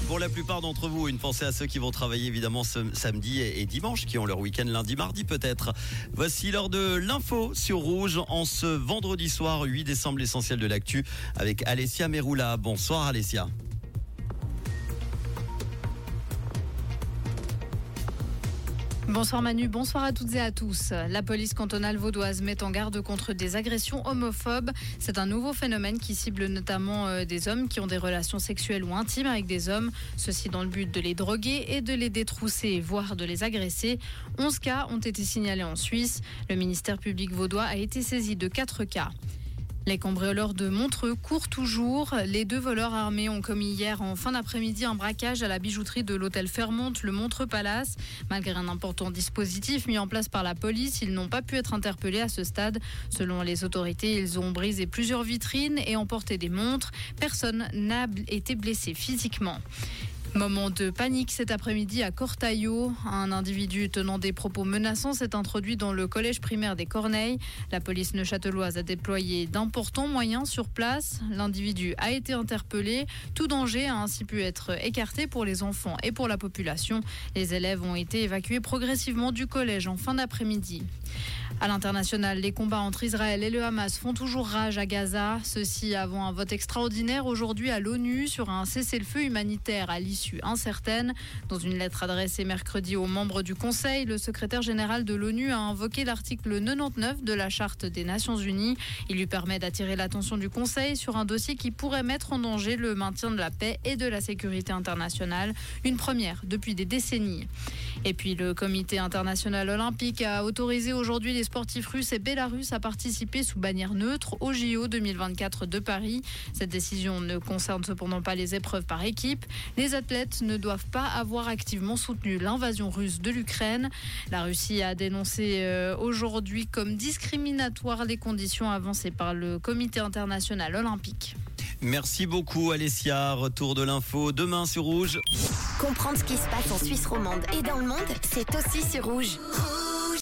Pour la plupart d'entre vous, une pensée à ceux qui vont travailler évidemment ce samedi et dimanche, qui ont leur week-end lundi, mardi peut-être. Voici l'heure de l'info sur Rouge en ce vendredi soir 8 décembre, l'essentiel de l'actu avec Alessia Meroula. Bonsoir Alessia. Bonsoir Manu, bonsoir à toutes et à tous. La police cantonale vaudoise met en garde contre des agressions homophobes. C'est un nouveau phénomène qui cible notamment des hommes qui ont des relations sexuelles ou intimes avec des hommes. Ceci dans le but de les droguer et de les détrousser, voire de les agresser. 11 cas ont été signalés en Suisse. Le ministère public vaudois a été saisi de 4 cas. Les cambrioleurs de Montreux courent toujours. Les 2 voleurs armés ont commis hier en fin d'après-midi un braquage à la bijouterie de l'hôtel Fairmont, le Montreux Palace. Malgré un important dispositif mis en place par la police, ils n'ont pas pu être interpellés à ce stade. Selon les autorités, ils ont brisé plusieurs vitrines et emporté des montres. Personne n'a été blessé physiquement. Moment de panique cet après-midi à Cortaillot. Un individu tenant des propos menaçants s'est introduit dans le collège primaire des Corneilles. La police neuchâteloise a déployé d'importants moyens sur place. L'individu a été interpellé. Tout danger a ainsi pu être écarté pour les enfants et pour la population. Les élèves ont été évacués progressivement du collège en fin d'après-midi. À l'international, les combats entre Israël et le Hamas font toujours rage à Gaza. Ceci avant un vote extraordinaire aujourd'hui à l'ONU sur un cessez-le-feu humanitaire à l'issue incertaine. Dans une lettre adressée mercredi aux membres du Conseil, le secrétaire général de l'ONU a invoqué l'article 99 de la Charte des Nations Unies. Il lui permet d'attirer l'attention du Conseil sur un dossier qui pourrait mettre en danger le maintien de la paix et de la sécurité internationale. Une première depuis des décennies. Et puis le Comité international olympique a autorisé aujourd'hui les sportifs russes et bélarusses à participer sous bannière neutre au JO 2024 de Paris. Cette décision ne concerne cependant pas les épreuves par équipe. Les athlètes ne doivent pas avoir activement soutenu l'invasion russe de l'Ukraine. La Russie a dénoncé aujourd'hui comme discriminatoire les conditions avancées par le Comité international olympique. Merci beaucoup Alessia, retour de l'info demain sur Rouge. Comprendre ce qui se passe en Suisse romande et dans le monde, c'est aussi sur Rouge.